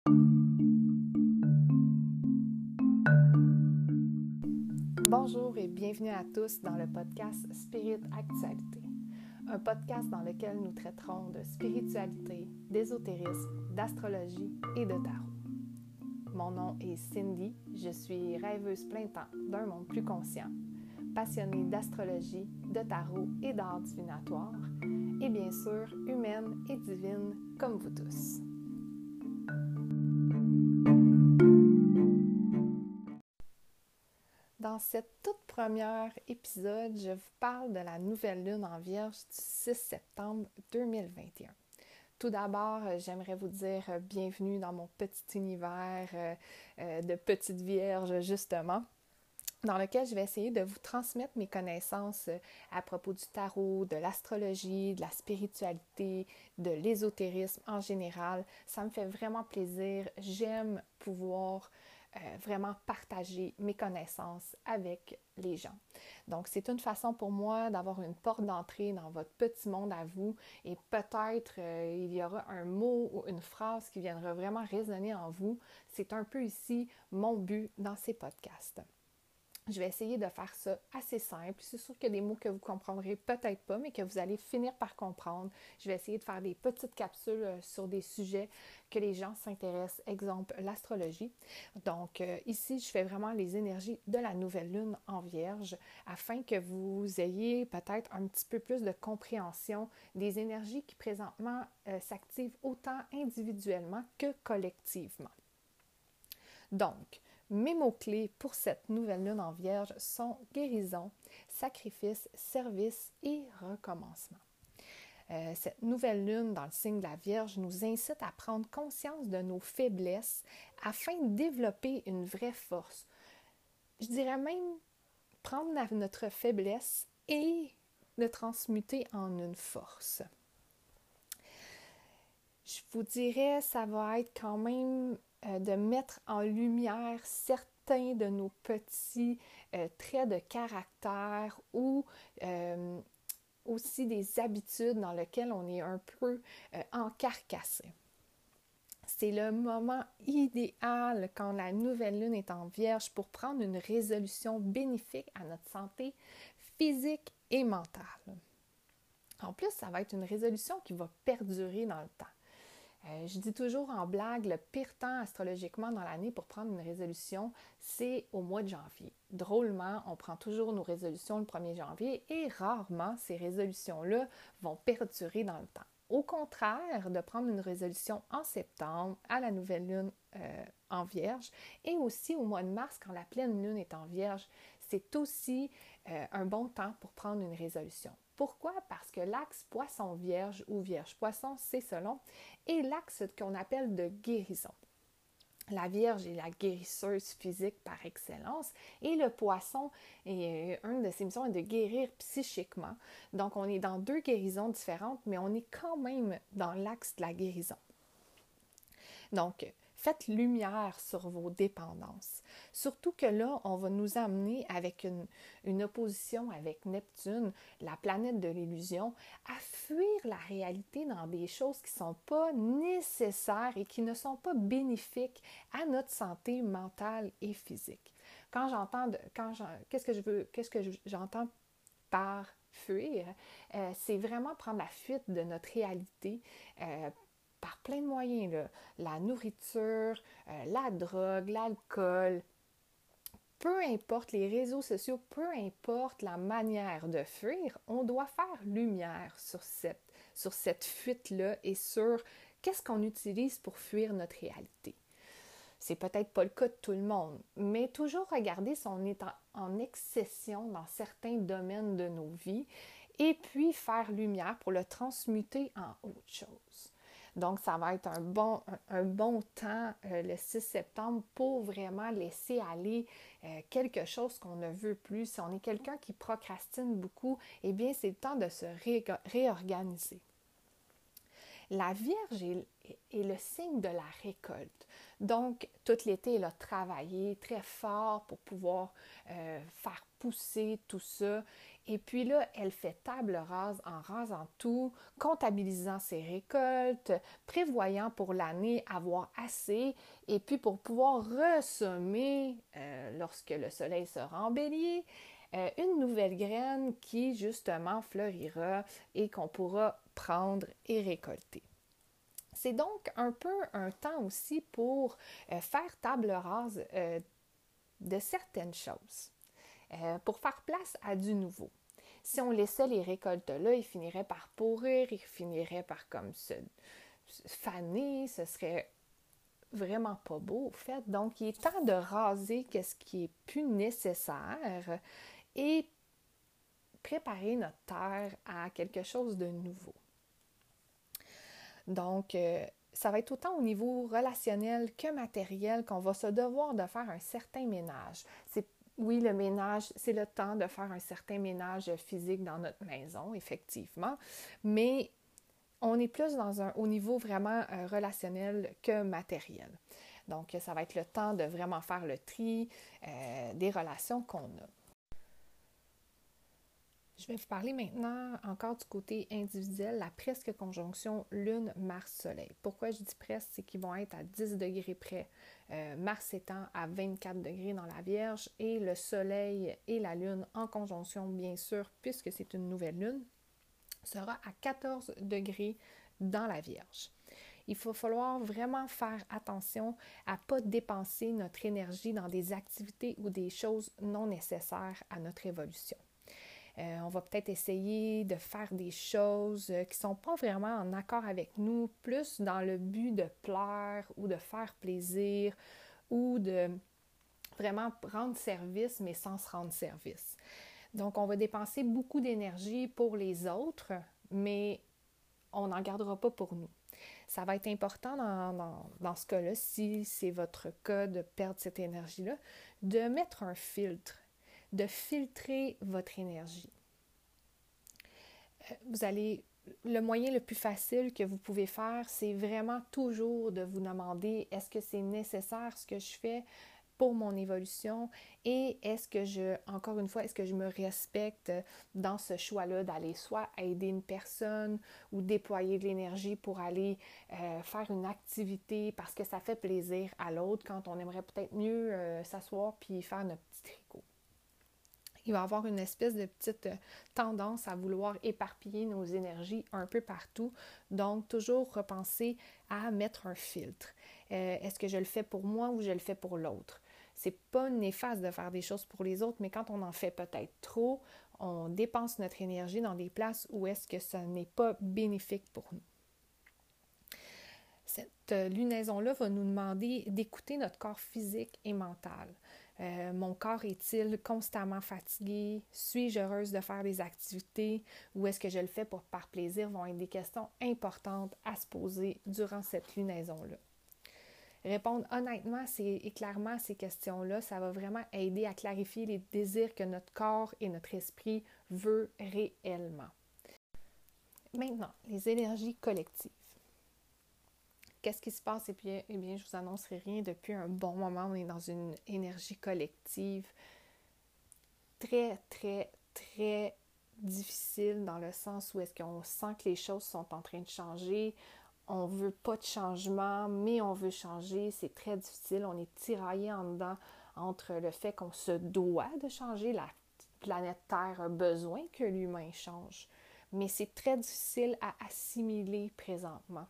Bonjour et bienvenue à tous dans le podcast Spirit Actualité, un podcast dans lequel nous traiterons de spiritualité, d'ésotérisme, d'astrologie et de tarot. Mon nom est Cindy, je suis rêveuse plein temps d'un monde plus conscient, passionnée d'astrologie, de tarot et d'art divinatoire, et bien sûr humaine et divine comme vous tous. Dans cette toute première épisode, je vous parle de la nouvelle lune en Vierge du 6 septembre 2021. Tout d'abord, j'aimerais vous dire bienvenue dans mon petit univers de petite Vierge, justement, dans lequel je vais essayer de vous transmettre mes connaissances à propos du tarot, de l'astrologie, de la spiritualité, de l'ésotérisme en général. Ça me fait vraiment plaisir. J'aime pouvoir vraiment partager mes connaissances avec les gens. Donc, c'est une façon pour moi d'avoir une porte d'entrée dans votre petit monde à vous et peut-être il y aura un mot ou une phrase qui viendra vraiment résonner en vous. C'est un peu ici mon but dans ces podcasts. Je vais essayer de faire ça assez simple. C'est sûr qu'il y a des mots que vous ne comprendrez peut-être pas, mais que vous allez finir par comprendre. Je vais essayer de faire des petites capsules sur des sujets que les gens s'intéressent. Exemple, l'astrologie. Donc, ici, je fais vraiment les énergies de la nouvelle lune en Vierge afin que vous ayez peut-être un petit peu plus de compréhension des énergies qui présentement s'activent autant individuellement que collectivement. Donc, mes mots-clés pour cette nouvelle lune en Vierge sont guérison, sacrifice, service et recommencement. Cette nouvelle lune dans le signe de la Vierge nous incite à prendre conscience de nos faiblesses afin de développer une vraie force. Je dirais même prendre notre faiblesse et le transmuter en une force. Je vous dirais, ça va être quand même de mettre en lumière certains de nos petits traits de caractère ou aussi des habitudes dans lesquelles on est un peu encarcassé. C'est le moment idéal quand la nouvelle lune est en Vierge pour prendre une résolution bénéfique à notre santé physique et mentale. En plus, ça va être une résolution qui va perdurer dans le temps. Je dis toujours en blague, le pire temps astrologiquement dans l'année pour prendre une résolution, c'est au mois de janvier. Drôlement, on prend toujours nos résolutions le 1er janvier et rarement ces résolutions-là vont perdurer dans le temps. Au contraire, de prendre une résolution en septembre, à la nouvelle lune en Vierge, et aussi au mois de mars, quand la pleine lune est en Vierge, c'est aussi un bon temps pour prendre une résolution. Pourquoi? Parce que l'axe Poisson-Vierge ou Vierge-Poisson, c'est selon, est l'axe qu'on appelle de guérison. La Vierge est la guérisseuse physique par excellence et le Poisson, une de ses missions est de guérir psychiquement. Donc, on est dans deux guérisons différentes, mais on est quand même dans l'axe de la guérison. Donc, faites lumière sur vos dépendances. Surtout que là, on va nous amener avec une opposition avec Neptune, la planète de l'illusion, à fuir la réalité dans des choses qui ne sont pas nécessaires et qui ne sont pas bénéfiques à notre santé mentale et physique. Qu'est-ce que j'entends par fuir? C'est vraiment prendre la fuite de notre réalité par plein de moyens, là. La nourriture, la drogue, l'alcool, peu importe les réseaux sociaux, peu importe la manière de fuir, on doit faire lumière sur cette fuite-là et sur qu'est-ce qu'on utilise pour fuir notre réalité. C'est peut-être pas le cas de tout le monde, mais toujours regarder si on est en excession dans certains domaines de nos vies et puis faire lumière pour le transmuter en autre chose. Donc, ça va être un bon temps, le 6 septembre, pour vraiment laisser aller quelque chose qu'on ne veut plus. Si on est quelqu'un qui procrastine beaucoup, eh bien, c'est le temps de se réorganiser. La Vierge est le signe de la récolte. Donc, tout l'été, elle a travaillé très fort pour pouvoir faire pousser tout ça. Et puis là, elle fait table rase en rasant tout, comptabilisant ses récoltes, prévoyant pour l'année avoir assez, et puis pour pouvoir ressemer, lorsque le soleil sera en bélier, une nouvelle graine qui justement fleurira et qu'on pourra prendre et récolter. C'est donc un peu un temps aussi pour faire table rase de certaines choses, pour faire place à du nouveau. Si on laissait les récoltes là, ils finiraient par pourrir, ils finiraient par comme se faner, ce serait vraiment pas beau au fait. Donc, il est temps de raser ce qui est plus nécessaire et préparer notre terre à quelque chose de nouveau. Donc, ça va être autant au niveau relationnel que matériel qu'on va se devoir de faire un certain ménage. Oui, le ménage, c'est le temps de faire un certain ménage physique dans notre maison, effectivement, mais on est plus au niveau vraiment relationnel que matériel. Donc, ça va être le temps de vraiment faire le tri des relations qu'on a. Je vais vous parler maintenant encore du côté individuel, la presque conjonction Lune-Mars-Soleil. Pourquoi je dis presque? C'est qu'ils vont être à 10 degrés près. Mars étant à 24 degrés dans la Vierge et le Soleil et la Lune en conjonction, bien sûr, puisque c'est une nouvelle Lune, sera à 14 degrés dans la Vierge. Il va falloir vraiment faire attention à ne pas dépenser notre énergie dans des activités ou des choses non nécessaires à notre évolution. On va peut-être essayer de faire des choses qui ne sont pas vraiment en accord avec nous, plus dans le but de plaire ou de faire plaisir ou de vraiment rendre service, mais sans se rendre service. Donc, on va dépenser beaucoup d'énergie pour les autres, mais on n'en gardera pas pour nous. Ça va être important dans ce cas-là, si c'est votre cas de perdre cette énergie-là, de mettre un filtre, de filtrer votre énergie. Le moyen le plus facile que vous pouvez faire, c'est vraiment toujours de vous demander est-ce que c'est nécessaire ce que je fais pour mon évolution et est-ce que est-ce que je me respecte dans ce choix-là d'aller soit aider une personne ou déployer de l'énergie pour aller faire une activité parce que ça fait plaisir à l'autre quand on aimerait peut-être mieux s'asseoir puis faire notre petit tricot. Il va y avoir une espèce de petite tendance à vouloir éparpiller nos énergies un peu partout. Donc, toujours repenser à mettre un filtre. Est-ce que je le fais pour moi ou je le fais pour l'autre? C'est pas néfaste de faire des choses pour les autres, mais quand on en fait peut-être trop, on dépense notre énergie dans des places où est-ce que ça n'est pas bénéfique pour nous. Cette lunaison-là va nous demander d'écouter notre corps physique et mental. Mon corps est-il constamment fatigué? Suis-je heureuse de faire des activités? Ou est-ce que je le fais par plaisir? Vont être des questions importantes à se poser durant cette lunaison-là. Répondre honnêtement et clairement à ces questions-là, ça va vraiment aider à clarifier les désirs que notre corps et notre esprit veulent réellement. Maintenant, les énergies collectives. Qu'est-ce qui se passe? Eh bien, je vous annoncerai rien. Depuis un bon moment, on est dans une énergie collective très, très, très difficile dans le sens où est-ce qu'on sent que les choses sont en train de changer. On ne veut pas de changement, mais on veut changer. C'est très difficile. On est tiraillé en dedans entre le fait qu'on se doit de changer. La planète Terre a besoin que l'humain change. Mais c'est très difficile à assimiler présentement.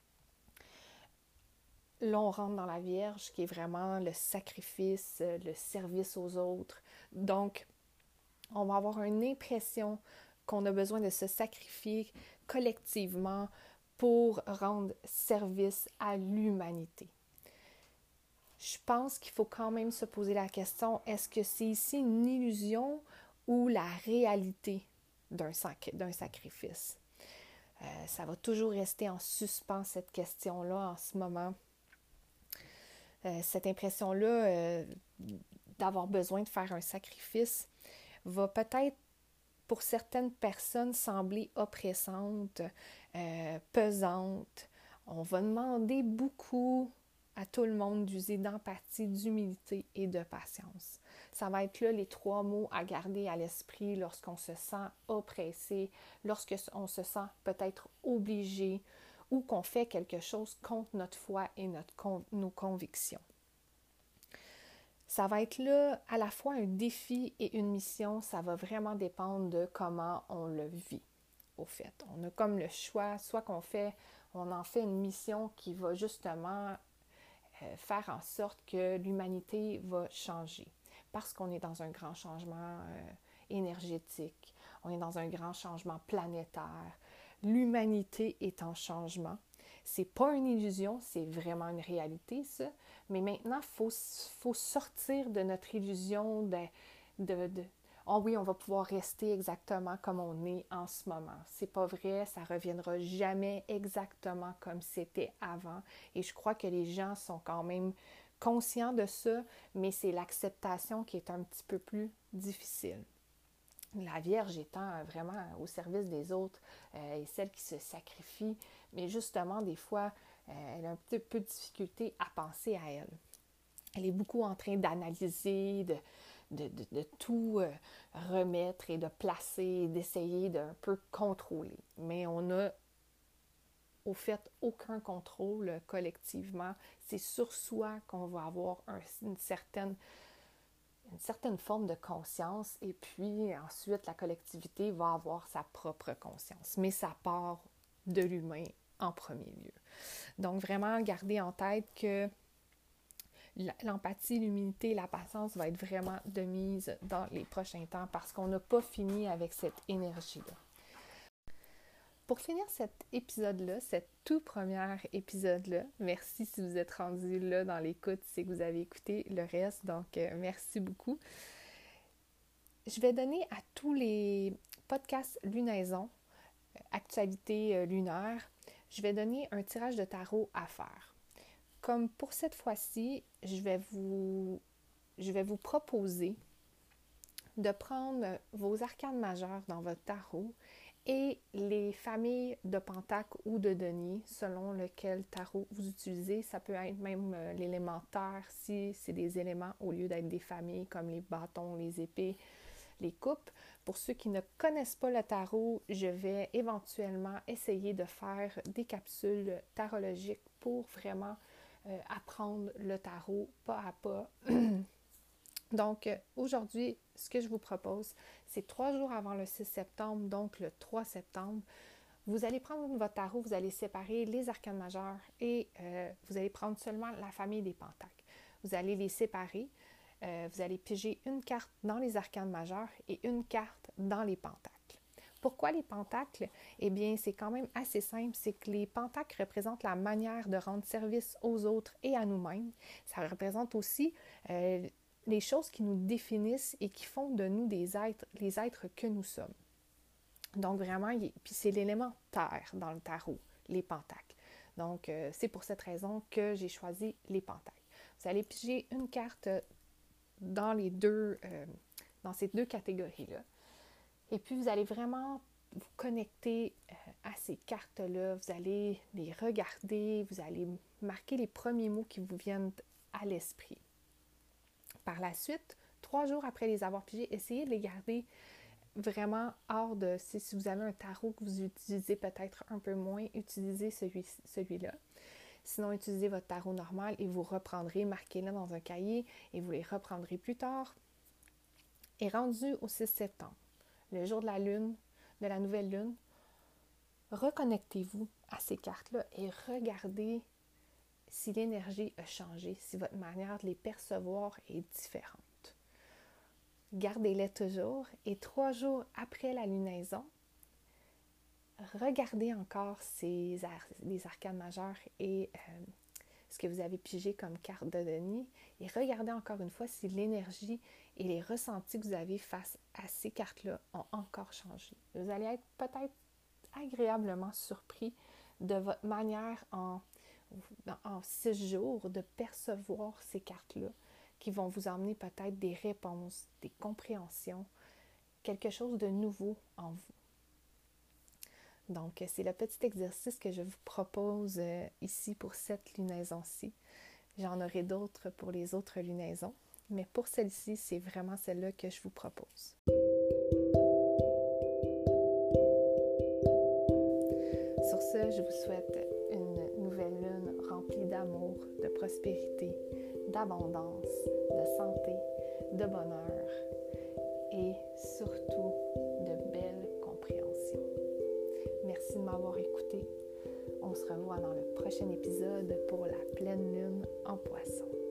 Là, on rentre dans la Vierge, qui est vraiment le sacrifice, le service aux autres. Donc, on va avoir une impression qu'on a besoin de se sacrifier collectivement pour rendre service à l'humanité. Je pense qu'il faut quand même se poser la question, est-ce que c'est ici une illusion ou la réalité d'un sacrifice? Ça va toujours rester en suspens, cette question-là, en ce moment. Cette impression-là d'avoir besoin de faire un sacrifice va peut-être, pour certaines personnes, sembler oppressante, pesante. On va demander beaucoup à tout le monde d'user d'empathie, d'humilité et de patience. Ça va être là les 3 mots à garder à l'esprit lorsqu'on se sent oppressé, lorsqu'on se sent peut-être obligé ou qu'on fait quelque chose contre notre foi et nos convictions. Ça va être là à la fois un défi et une mission. Ça va vraiment dépendre de comment on le vit, au fait. On a comme le choix, soit on en fait une mission qui va justement faire en sorte que l'humanité va changer. Parce qu'on est dans un grand changement énergétique, on est dans un grand changement planétaire. L'humanité est en changement. C'est pas une illusion, c'est vraiment une réalité, ça. Mais maintenant, faut sortir de notre illusion oh oui, on va pouvoir rester exactement comme on est en ce moment. C'est pas vrai, ça reviendra jamais exactement comme c'était avant. Et je crois que les gens sont quand même conscients de ça, mais c'est l'acceptation qui est un petit peu plus difficile. La Vierge étant vraiment au service des autres et celle qui se sacrifie, mais justement, des fois, elle a un petit peu de difficulté à penser à elle. Elle est beaucoup en train d'analyser, de tout remettre et de placer, d'essayer d'un peu contrôler. Mais on n'a, au fait, aucun contrôle collectivement. C'est sur soi qu'on va avoir une certaine forme de conscience et puis ensuite la collectivité va avoir sa propre conscience. Mais ça part de l'humain en premier lieu. Donc vraiment garder en tête que l'empathie, l'humilité, la patience va être vraiment de mise dans les prochains temps parce qu'on n'a pas fini avec cette énergie-là. Pour finir cet épisode-là, cet tout premier épisode-là, merci si vous êtes rendu là dans l'écoute, c'est que vous avez écouté le reste, donc merci beaucoup. Je vais donner à tous les podcasts lunaison, actualité lunaire, je vais donner un tirage de tarot à faire. Comme pour cette fois-ci, je vais vous proposer de prendre vos arcanes majeures dans votre tarot et les familles de pentacles ou de deniers, selon lequel tarot vous utilisez. Ça peut être même l'élémentaire si c'est des éléments au lieu d'être des familles comme les bâtons, les épées, les coupes. Pour ceux qui ne connaissent pas le tarot, je vais éventuellement essayer de faire des capsules tarologiques pour vraiment apprendre le tarot pas à pas. Donc, aujourd'hui, ce que je vous propose, c'est 3 jours avant le 6 septembre, donc le 3 septembre, vous allez prendre votre tarot, vous allez séparer les arcanes majeures et vous allez prendre seulement la famille des pentacles. Vous allez les séparer, vous allez piger une carte dans les arcanes majeures et une carte dans les pentacles. Pourquoi les pentacles? Eh bien, c'est quand même assez simple, c'est que les pentacles représentent la manière de rendre service aux autres et à nous-mêmes. Ça représente aussi les choses qui nous définissent et qui font de nous les êtres que nous sommes. Donc vraiment, puis c'est l'élément terre dans le tarot, les pentacles. Donc c'est pour cette raison que j'ai choisi les pentacles. Vous allez piger une carte dans dans ces deux catégories-là. Et puis vous allez vraiment vous connecter à ces cartes-là. Vous allez les regarder, vous allez marquer les premiers mots qui vous viennent à l'esprit. Par la suite, 3 jours après les avoir pigés, essayez de les garder vraiment hors de... Si vous avez un tarot que vous utilisez peut-être un peu moins, utilisez celui-là. Sinon, utilisez votre tarot normal et vous reprendrez, marquez-le dans un cahier et vous les reprendrez plus tard. Et rendu au 6 septembre, le jour de la lune, de la nouvelle lune, reconnectez-vous à ces cartes-là et regardez si l'énergie a changé, si votre manière de les percevoir est différente. Gardez-les toujours et 3 jours après la lunaison, regardez encore les arcanes majeures et ce que vous avez pigé comme carte de denier et regardez encore une fois si l'énergie et les ressentis que vous avez face à ces cartes-là ont encore changé. Vous allez être peut-être agréablement surpris de votre manière en 6 jours de percevoir ces cartes-là qui vont vous emmener peut-être des réponses, des compréhensions, quelque chose de nouveau en vous. Donc, c'est le petit exercice que je vous propose ici pour cette lunaison-ci. J'en aurai d'autres pour les autres lunaisons, mais pour celle-ci, c'est vraiment celle-là que je vous propose. Sur ce, je vous souhaite une nouvelle lune remplie d'amour, de prospérité, d'abondance, de santé, de bonheur et surtout de belle compréhension. Merci de m'avoir écouté. On se revoit dans le prochain épisode pour la pleine lune en Poisson.